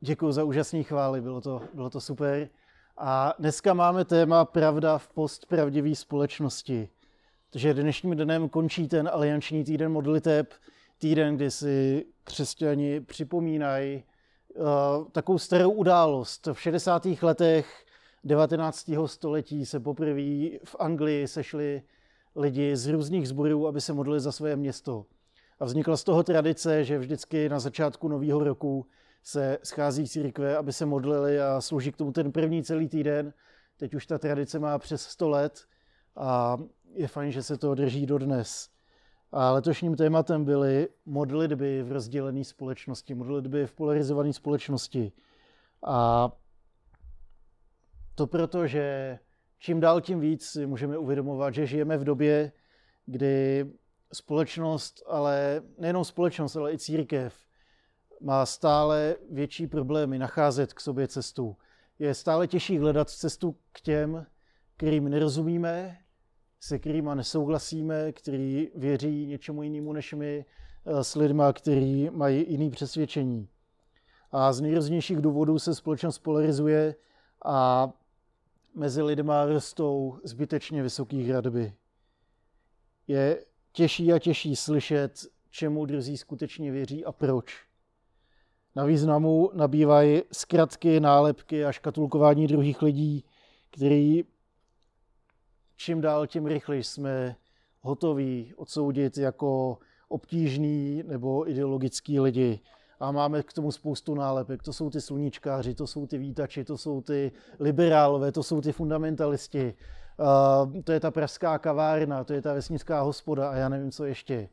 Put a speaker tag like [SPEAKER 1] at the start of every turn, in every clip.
[SPEAKER 1] Děkuji za úžasné chvály, bylo to super. A dneska máme téma pravda v postpravdivé společnosti. Takže dnešním dnem končí ten alianční týden modliteb, týden, kdy si křesťani připomínají takovou starou událost. V 60. letech 19. století se poprvé v Anglii sešli lidi z různých sborů, aby se modlili za své město. A vznikla z toho tradice, že vždycky na začátku nového roku se schází církve, aby se modlili a slouží k tomu ten první celý týden. Teď už ta tradice má přes 100 let a je fajn, že se to drží dodnes. A letošním tématem byly modlitby v rozdělené společnosti, modlitby v polarizované společnosti. A to proto, že čím dál tím víc si můžeme uvědomovat, že žijeme v době, kdy společnost, ale nejenom společnost, ale i církev má stále větší problémy nacházet k sobě cestu. Je stále těžší hledat cestu k těm, kterým nerozumíme, se kterýma nesouhlasíme, který věří něčemu jinému než my, s lidma, kteří mají jiný přesvědčení. A z nejrůznějších důvodů se společnost polarizuje a mezi lidma rostou zbytečně vysoké hradby. Je těžší a těžší slyšet, čemu druzí skutečně věří a proč. Na významu nabývají zkratky, nálepky a škatulkování druhých lidí, který čím dál tím rychleji jsme hotoví odsoudit jako obtížný nebo ideologický lidi. A máme k tomu spoustu nálepek. To jsou ty sluníčkáři, to jsou ty vítači, to jsou ty liberálové, to jsou ty fundamentalisti. To je ta pražská kavárna, to je ta vesnická hospoda a já nevím, co ještě.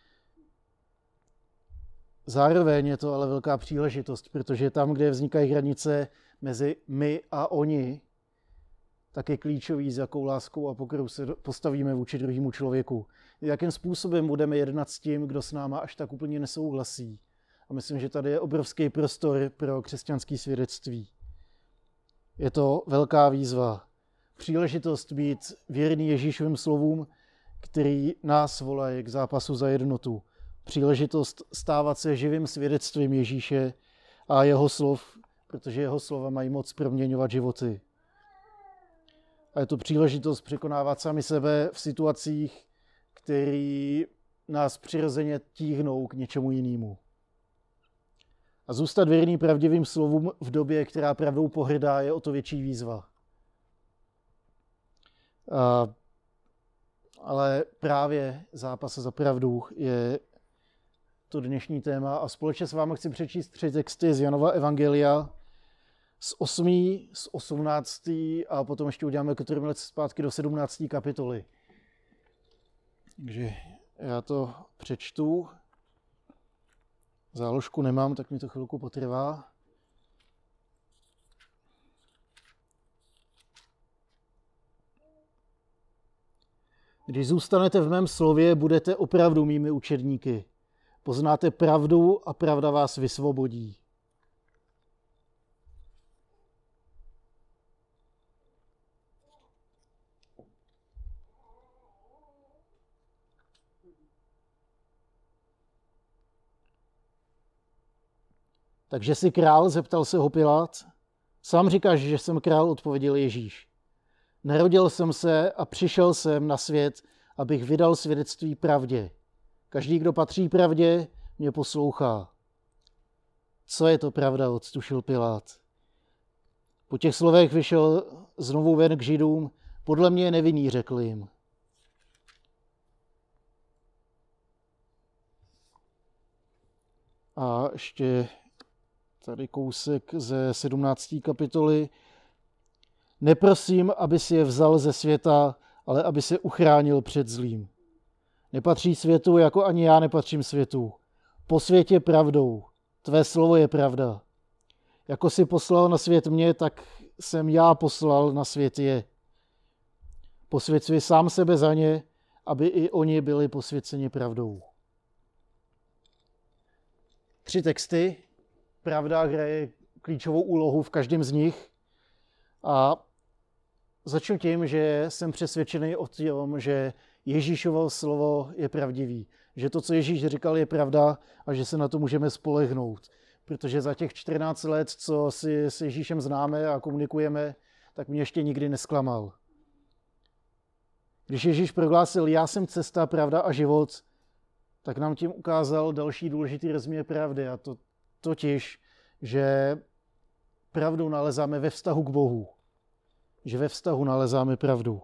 [SPEAKER 1] Zároveň je to ale velká příležitost, protože tam, kde vznikají hranice mezi my a oni, tak je klíčový, s jakou láskou a pokorou se postavíme vůči druhému člověku. Jakým způsobem budeme jednat s tím, kdo s náma až tak úplně nesouhlasí. A myslím, že tady je obrovský prostor pro křesťanské svědectví. Je to velká výzva. Příležitost být věrný Ježíšovým slovům, který nás volají k zápasu za jednotu. Příležitost stávat se živým svědectvím Ježíše a jeho slov, protože jeho slova mají moc proměňovat životy. A je to příležitost překonávat sami sebe v situacích, které nás přirozeně tíhnou k něčemu jinému. A zůstat věrný pravdivým slovům v době, která pravdou pohrdá, je o to větší výzva. Ale právě zápas za pravdu je to dnešní téma a společně s vámi chci přečíst 3 texty z Janova evangelia z 8., z 18. a potom ještě uděláme kotrmelec zpátky do 17. kapitoly. Takže já to přečtu. Záložku nemám, tak mi to chvilku potrvá. Když zůstanete v mém slově, budete opravdu mými učedníky. Poznáte pravdu a pravda vás vysvobodí. Takže jsi král, zeptal se ho Pilát. Sám říkáš, že jsem král, odpověděl Ježíš. Narodil jsem se a přišel jsem na svět, abych vydal svědectví pravdě. Každý, kdo patří pravdě, mě poslouchá. Co je to pravda, odstušil Pilát. Po těch slovech vyšel znovu ven k Židům. Podle mě je nevinný, řekl jim. A ještě tady kousek ze 17. kapitoly. Neprosím, aby si je vzal ze světa, ale aby se uchránil před zlým. Nepatří světu, jako ani já nepatřím světu. Po světě pravdou. Tvé slovo je pravda. Jako jsi poslal na svět mě, tak jsem já poslal na svět je. Posvěcuji sám sebe za ně, aby i oni byli posvěceni pravdou. 3 texty. Pravda hraje klíčovou úlohu v každém z nich. A začnu tím, že jsem přesvědčený o tom, že Ježíšovo slovo je pravdivý. Že to, co Ježíš říkal, je pravda a že se na to můžeme spolehnout. protože za těch 14 let, co si s Ježíšem známe a komunikujeme, tak mě ještě nikdy nesklamal. Když Ježíš prohlásil, já jsem cesta, pravda a život, tak nám tím ukázal další důležitý rozměr pravdy, a to totiž, že pravdu nalezáme ve vztahu k Bohu. Že ve vztahu nalezáme pravdu.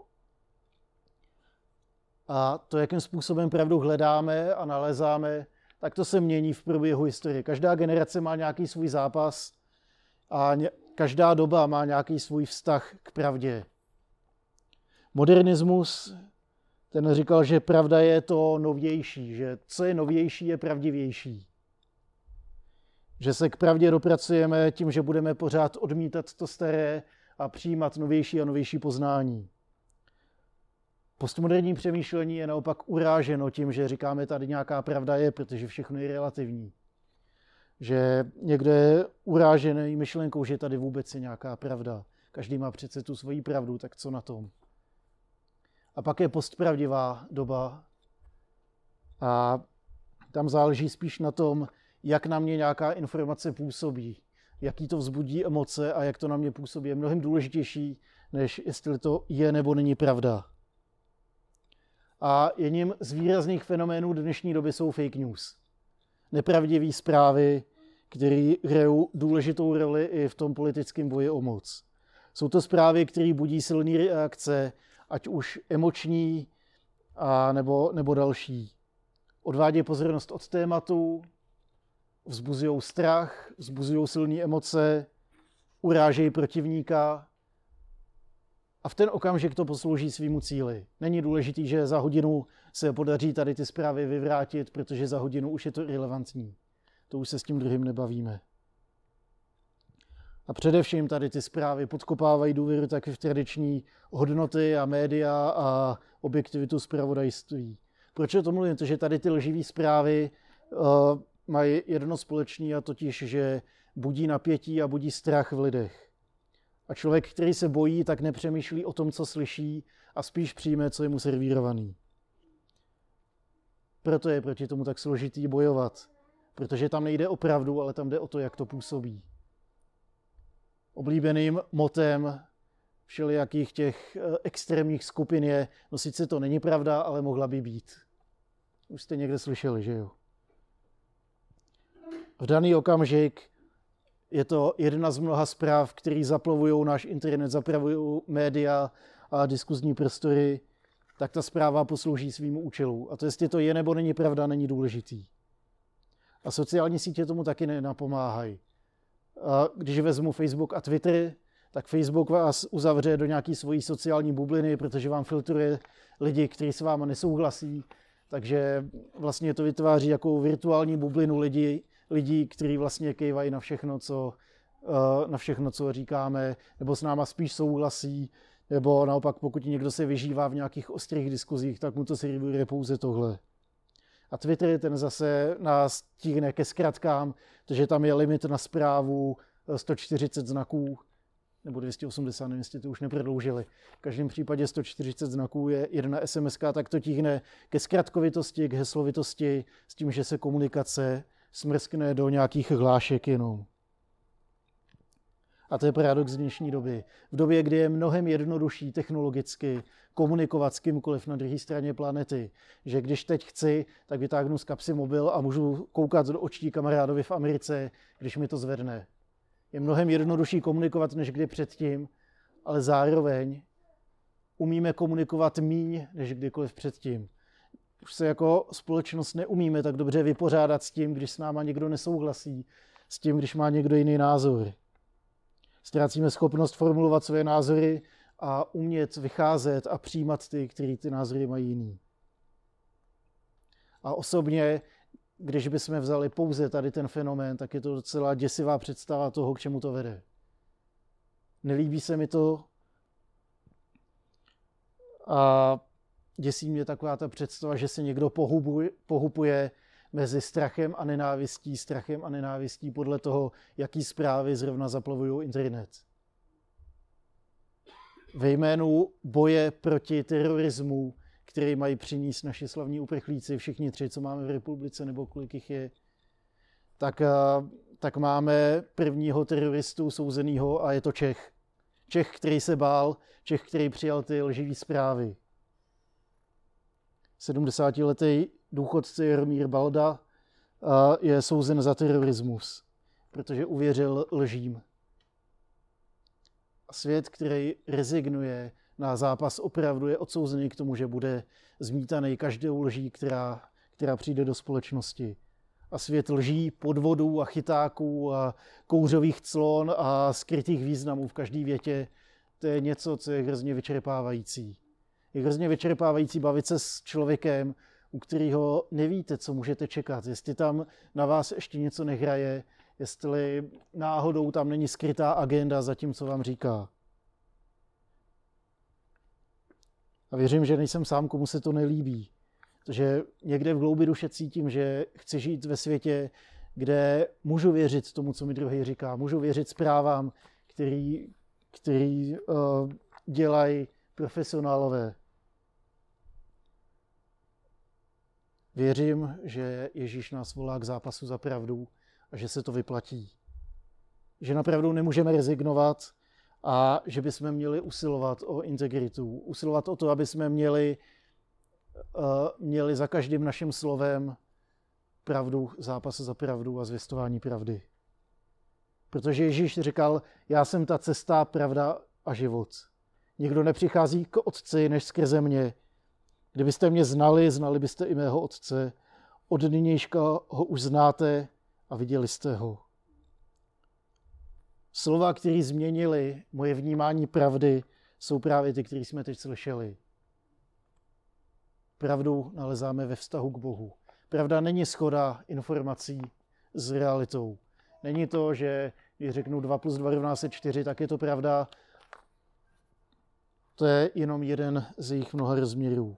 [SPEAKER 1] A to, jakým způsobem pravdu hledáme a nalezáme, tak to se mění v průběhu historie. Každá generace má nějaký svůj zápas a každá doba má nějaký svůj vztah k pravdě. Modernismus, ten říkal, že pravda je to novější, že co je novější, je pravdivější. Že se k pravdě dopracujeme tím, že budeme pořád odmítat to staré a přijímat novější a novější poznání. Postmoderní přemýšlení je naopak uráženo tím, že říkáme, tady nějaká pravda je, protože všechno je relativní. Že někdo je urážený myšlenkou, že tady vůbec je nějaká pravda. Každý má přece tu svoji pravdu, tak co na tom? A pak je postpravdivá doba a tam záleží spíš na tom, jak na mě nějaká informace působí, jaký to vzbudí emoce a jak to na mě působí. Je mnohem důležitější, než jestli to je nebo není pravda. A jedním z výrazných fenoménů dnešní doby jsou fake news. Nepravdivé zprávy, které hrajou důležitou roli i v tom politickém boji o moc. Jsou to zprávy, které budí silné reakce, ať už emoční nebo další. Odvádějí pozornost od tématu, vzbuzují strach, vzbuzují silné emoce, urážejí protivníka a v ten okamžik to poslouží svýmu cíli. Není důležitý, že za hodinu se podaří tady ty zprávy vyvrátit, protože za hodinu už je to irelevantní. To už se s tím druhým nebavíme. A především tady ty zprávy podkopávají důvěru taky v tradiční hodnoty a média a objektivitu zpravodajství. Proč o tom mluvím? Protože tady ty lživé zprávy mají jedno společné, a totiž, že budí napětí a budí strach v lidech. A člověk, který se bojí, tak nepřemýšlí o tom, co slyší a spíš přijme, co je mu servírovaný. Proto je proti tomu tak složitý bojovat. Protože tam nejde o pravdu, ale tam jde o to, jak to působí. Oblíbeným motem všelijakých těch extrémních skupin je, no sice to není pravda, ale mohla by být. Už jste někde slyšeli, že jo? V daný okamžik je to jedna z mnoha zpráv, které zaplavují náš internet, zaplavují média a diskuzní prostory, tak ta zpráva poslouží svýmu účelu. A to, jestli to je nebo není pravda, není důležitý. A sociální sítě tomu taky nenapomáhají. A když vezmu Facebook a Twitter, tak Facebook vás uzavře do nějaké svojí sociální bubliny, protože vám filtruje lidi, kteří s váma nesouhlasí. Takže vlastně to vytváří jako virtuální bublinu lidí, kteří vlastně kejvají na všechno, co říkáme, nebo s náma spíš souhlasí, nebo naopak, pokud někdo se vyžívá v nějakých ostrých diskuzích, tak mu to servíruje pouze tohle. A Twitter, ten zase nás tíhne ke zkratkám, protože tam je limit na zprávu 140 znaků, nebo 280, nevím, jestli to už neprodloužili. V každém případě 140 znaků je jedna SMS, tak to tíhne ke zkratkovitosti, k heslovitosti, s tím, že se komunikace smrskne do nějakých hlášek jenom. A to je paradox dnešní doby. V době, kdy je mnohem jednodušší technologicky komunikovat s kýmkoliv na druhé straně planety, že když teď chci, tak vytáhnu z kapsy mobil a můžu koukat do očí kamarádovi v Americe, když mi to zvedne. Je mnohem jednodušší komunikovat, než kdy předtím, ale zároveň umíme komunikovat míň, než kdykoliv předtím. Už se jako společnost neumíme tak dobře vypořádat s tím, když s náma někdo nesouhlasí, s tím, když má někdo jiný názor. Ztrácíme schopnost formulovat své názory a umět vycházet a přijímat ty, kteří ty názory mají jiný. A osobně, když bychom vzali pouze tady ten fenomén, tak je to docela děsivá představa toho, k čemu to vede. Nelíbí se mi to a děsí mě taková ta představa, že se někdo pohupuje mezi strachem a nenávistí podle toho, jaký zprávy zrovna zaplavují internet. Ve jménu boje proti terorismu, který mají přinést naši slavní uprchlíci, všichni tři, co máme v republice, nebo kolik jich je, tak tak máme prvního teroristu souzeného a je to Čech. Čech, který se bál, Čech, který přijal ty lživý zprávy. 70letý důchodce Jaromír Balda je souzen za terorismus, protože uvěřil lžím. A svět, který rezignuje na zápas opravdu, je odsouzený k tomu, že bude zmítaný každou lží, která přijde do společnosti. A svět lží, podvodů a chytáků a kouřových clon a skrytých významů v každé větě, to je něco, co je hrozně vyčerpávající. Je hrozně vyčerpávající bavit se s člověkem, u kterého nevíte, co můžete čekat. Jestli tam na vás ještě něco nehraje, jestli náhodou tam není skrytá agenda za tím, co vám říká. A věřím, že nejsem sám, komu se to nelíbí. Protože někde v hloubi duše cítím, že chci žít ve světě, kde můžu věřit tomu, co mi druhý říká. Můžu věřit zprávám, který dělají profesionálové. Věřím, že Ježíš nás volá k zápasu za pravdu a že se to vyplatí. Že napravdu nemůžeme rezignovat a že bychom měli usilovat o integritu. Usilovat o to, aby jsme měli za každým naším slovem pravdu, zápas za pravdu a zvěstování pravdy. Protože Ježíš říkal, já jsem ta cesta, pravda a život. Nikdo nepřichází k Otci než skrze mě. Kdybyste mě znali byste i mého Otce. Od nynějška ho už znáte a viděli jste ho. Slova, které změnily moje vnímání pravdy, jsou právě ty, které jsme teď slyšeli. Pravdu nalezáme ve vztahu k Bohu. Pravda není shoda informací s realitou. Není to, že když řeknu 2 + 2 rovná se 4, tak je to pravda. To je jenom jeden z jejich mnoha rozměrů.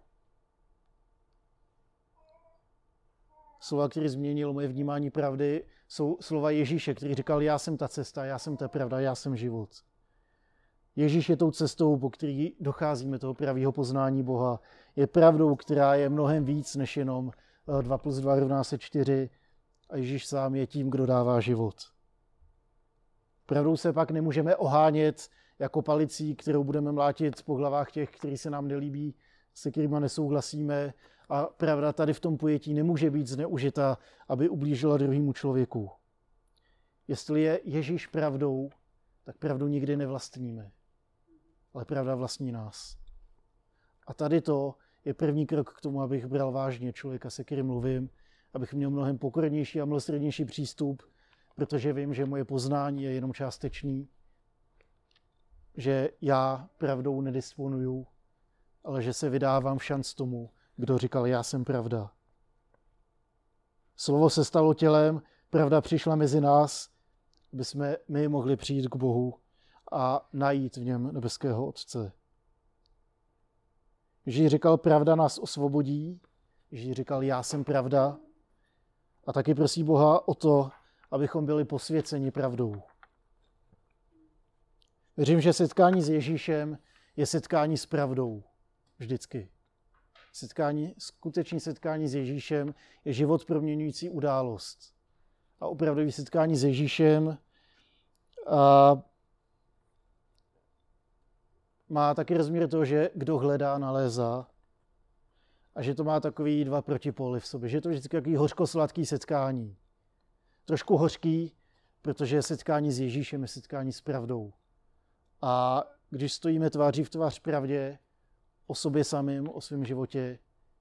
[SPEAKER 1] Slova, které změnilo moje vnímání pravdy, jsou slova Ježíše, který říkal, já jsem ta cesta, já jsem ta pravda, já jsem život. Ježíš je tou cestou, po který docházíme toho pravého poznání Boha. Je pravdou, která je mnohem víc než jenom 2 + 2 rovná se 4 a Ježíš sám je tím, kdo dává život. Pravdou se pak nemůžeme ohánět jako palicí, kterou budeme mlátit po hlavách těch, kteří se nám nelíbí, se kterými nesouhlasíme. A pravda tady v tom pojetí nemůže být zneužita, aby ublížila druhému člověku. Jestli je Ježíš pravdou, tak pravdu nikdy nevlastníme. Ale pravda vlastní nás. A tady to je první krok k tomu, abych bral vážně člověka, se kterým mluvím, abych měl mnohem pokornější a milosrdnější přístup, protože vím, že moje poznání je jenom částečný, že já pravdou nedisponuju, ale že se vydávám v šanc tomu, kdo říkal, já jsem pravda. Slovo se stalo tělem, pravda přišla mezi nás, aby jsme my mohli přijít k Bohu a najít v něm nebeského Otce. Ježíš říkal, pravda nás osvobodí, Ježíš říkal, já jsem pravda a taky prosí Boha o to, abychom byli posvěceni pravdou. Věřím, že setkání s Ježíšem je setkání s pravdou. Vždycky. Skutečné setkání s Ježíšem je život proměňující událost. A opravdové setkání s Ježíšem má taky rozměr toho, že kdo hledá, nalézá. A že to má takový 2 protipóly v sobě. Že je to vždycky takový hořko-sladký setkání. Trošku hořký, protože setkání s Ježíšem je setkání s pravdou. A když stojíme tváří v tvář pravdě, o sobě samým, o svém životě,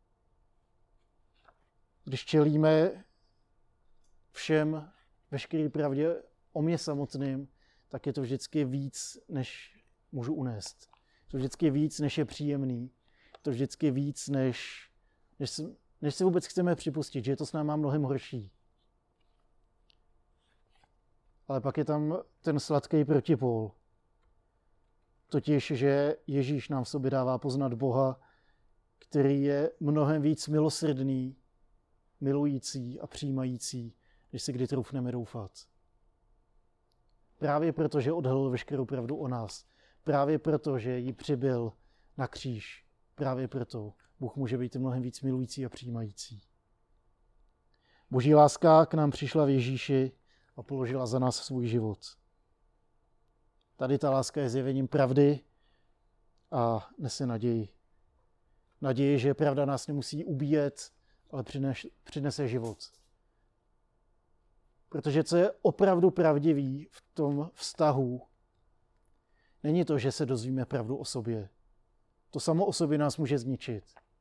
[SPEAKER 1] když čelíme všem, veškeré pravdě o mě samotným, tak je to vždycky víc, než můžu unést. Je to vždycky víc, než je příjemný. Je to vždycky víc, než si vůbec chceme připustit, že je to s náma mnohem horší. Ale pak je tam ten sladký protipól. Totiž, že Ježíš nám v sobě dává poznat Boha, který je mnohem víc milosrdný, milující a přijímající, než si kdy troufneme doufat. Právě proto, že odhalil veškerou pravdu o nás. Právě proto, že ji přibyl na kříž. Právě proto Bůh může být mnohem víc milující a přijímající. Boží láska k nám přišla v Ježíši a položila za nás svůj život. Tady ta láska je zjevením pravdy a nese naději. Naději, že pravda nás nemusí ubíjet, ale přinese život. Protože co je opravdu pravdivý v tom vztahu, není to, že se dozvíme pravdu o sobě. To samo o sobě nás může zničit.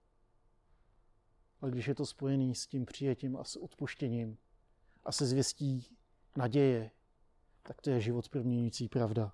[SPEAKER 1] Ale když je to spojený s tím přijetím a s odpuštěním a se zvěstí naděje, tak to je život proměňující pravda.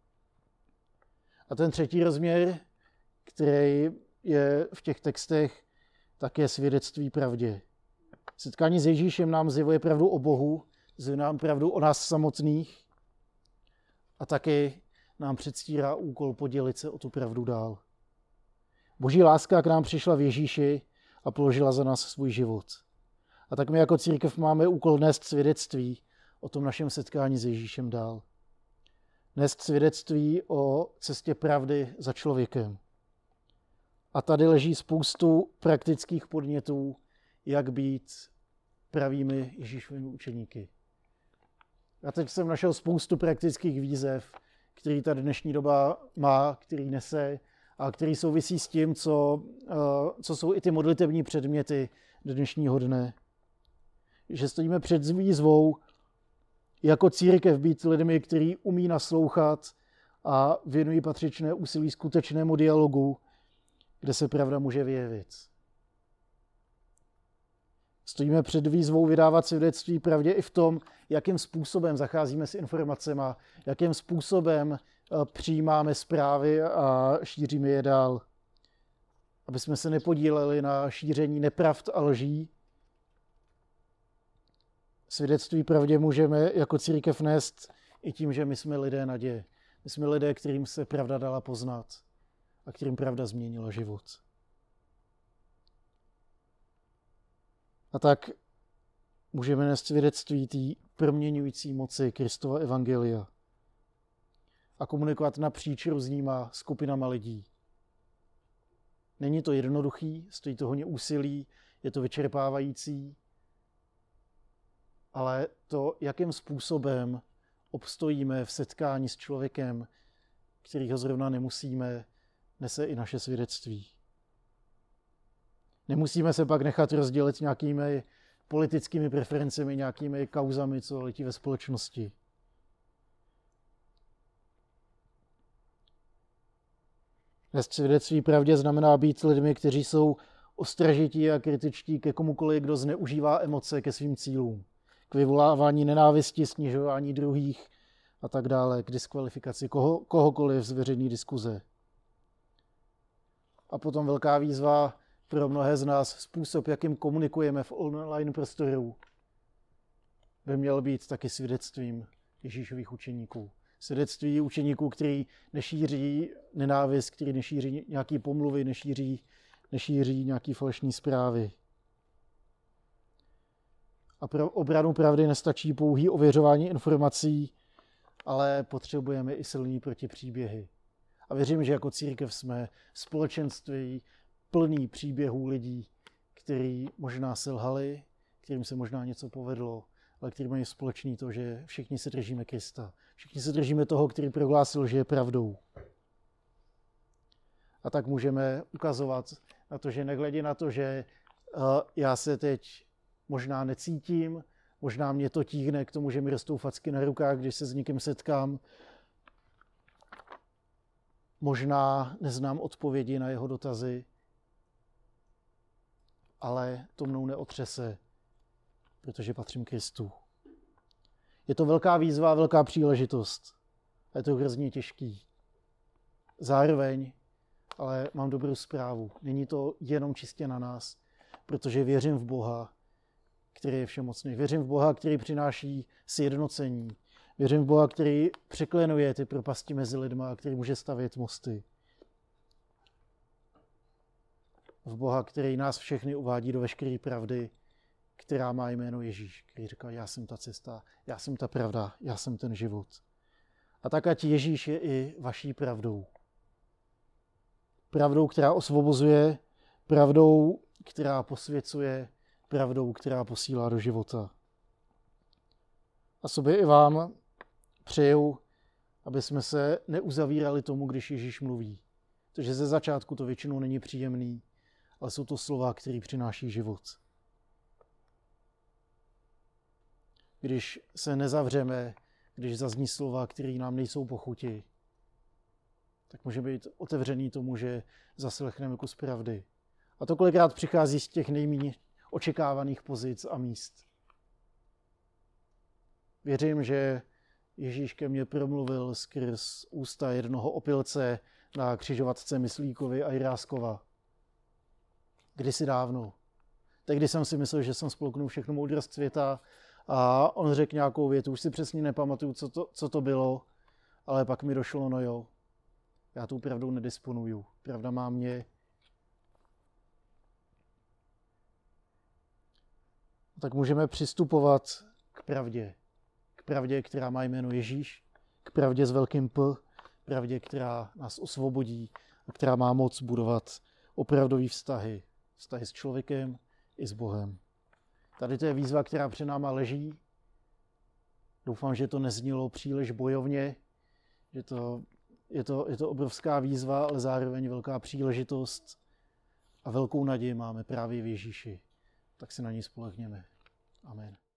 [SPEAKER 1] A ten třetí rozměr, který je v těch textech, tak je svědectví pravdě. Setkání s Ježíšem nám zjevuje pravdu o Bohu, zjevuje nám pravdu o nás samotných a taky nám předstírá úkol podělit se o tu pravdu dál. Boží láska k nám přišla v Ježíši a položila za nás svůj život. A tak my jako církev máme úkol nést svědectví o tom našem setkání s Ježíšem dál. Nést svědectví o cestě pravdy za člověkem. A tady leží spoustu praktických podnětů, jak být pravými Ježíšovými učeníky. A teď jsem našel spoustu praktických výzev, který ta dnešní doba má, který nese a který souvisí s tím, co jsou i ty modlitevní předměty dnešního dne. Že stojíme před výzvou jako církev být lidmi, kteří umí naslouchat a věnují patřičné úsilí skutečnému dialogu, kde se pravda může vyjevit. Stojíme před výzvou vydávat svědectví pravdě i v tom, jakým způsobem zacházíme s informacemi, jakým způsobem přijímáme zprávy a šíříme je dál. Aby jsme se nepodíleli na šíření nepravd a lží. Svědectví pravdě můžeme jako církev nést i tím, že my jsme lidé naděje. My jsme lidé, kterým se pravda dala poznat a kterým pravda změnila život. A tak můžeme nést svědectví té proměňující moci Kristova evangelia a komunikovat napříč různýma skupinama lidí. Není to jednoduchý, stojí to hodně úsilí, je to vyčerpávající, ale to, jakým způsobem obstojíme v setkání s člověkem, kterýho zrovna nemusíme, nese i naše svědectví. Nemusíme se pak nechat rozdělit nějakými politickými preferencemi, nějakými kauzami, co letí ve společnosti. Nést svědectví pravdě znamená být lidmi, kteří jsou ostražití a kritičtí ke komukoliv, kdo zneužívá emoce ke svým cílům. K vyvolávání nenávisti, snižování druhých a tak dále, k diskvalifikaci kohokoliv z veřejné diskuze. A potom velká výzva pro mnohé z nás, způsob, jakým komunikujeme v online prostoru, by měl být taky svědectvím Ježíšových učeníků. Svědectví učeníků, který nešíří nenávist, který nešíří nějaké pomluvy, nešíří nějaké falešné zprávy. A pro obranu pravdy nestačí pouhý ověřování informací, ale potřebujeme i silný protipříběhy. A věřím, že jako církev jsme společenství plný příběhů lidí, kteří možná selhali, kterým se možná něco povedlo, ale kteří mají společný to, že všichni se držíme Krista. Všichni se držíme toho, který prohlásil, že je pravdou. A tak můžeme ukazovat na to, že nehledě na to, že já se teď možná necítím, možná mě to tíhne k tomu, že mi rostou facky na rukách, když se s někým setkám. Možná neznám odpovědi na jeho dotazy, ale to mnou neotřese, protože patřím Kristu. Je to velká výzva, velká příležitost. A je to hrozně těžký. Zároveň, ale mám dobrou zprávu. Není to jenom čistě na nás, protože věřím v Boha, který je všemocný. Věřím v Boha, který přináší sjednocení. Věřím v Boha, který překlenuje ty propasti mezi lidma, který může stavět mosty. V Boha, který nás všechny uvádí do veškeré pravdy, která má jméno Ježíš, který říká, já jsem ta cesta, já jsem ta pravda, já jsem ten život. A tak ať Ježíš je i vaší pravdou. Pravdou, která osvobozuje, pravdou, která posvěcuje, pravdou, která posílá do života. A sobě i vám přeju, aby jsme se neuzavírali tomu, když Ježíš mluví. Protože ze začátku to většinou není příjemný, ale jsou to slova, které přináší život. Když se nezavřeme, když zazní slova, které nám nejsou po chuti, tak může být otevřený tomu, že zaslechneme kus pravdy. A to kolikrát přichází z těch nejméně očekávaných pozic a míst. Věřím, že Ježíš ke mně promluvil skrz ústa jednoho opilce na křižovatce Myslíkovi a Jiráskova. Kdysi dávno. Tehdy jsem si myslel, že jsem spolknul všechnu moudrost světa a on řekl nějakou větu, už si přesně nepamatuju, co to bylo, ale pak mi došlo, no jo, já tou pravdou nedisponuju. Pravda má mě. Tak můžeme přistupovat k pravdě, která má jméno Ježíš, k pravdě s velkým P, pravdě, která nás osvobodí a která má moc budovat opravdový vztahy s člověkem i s Bohem. Tady to je výzva, která před náma leží. Doufám, že to neznělo příliš bojovně, že je to obrovská výzva, ale zároveň velká příležitost a velkou naději máme právě v Ježíši. Tak se na něj spolehněme. Amen.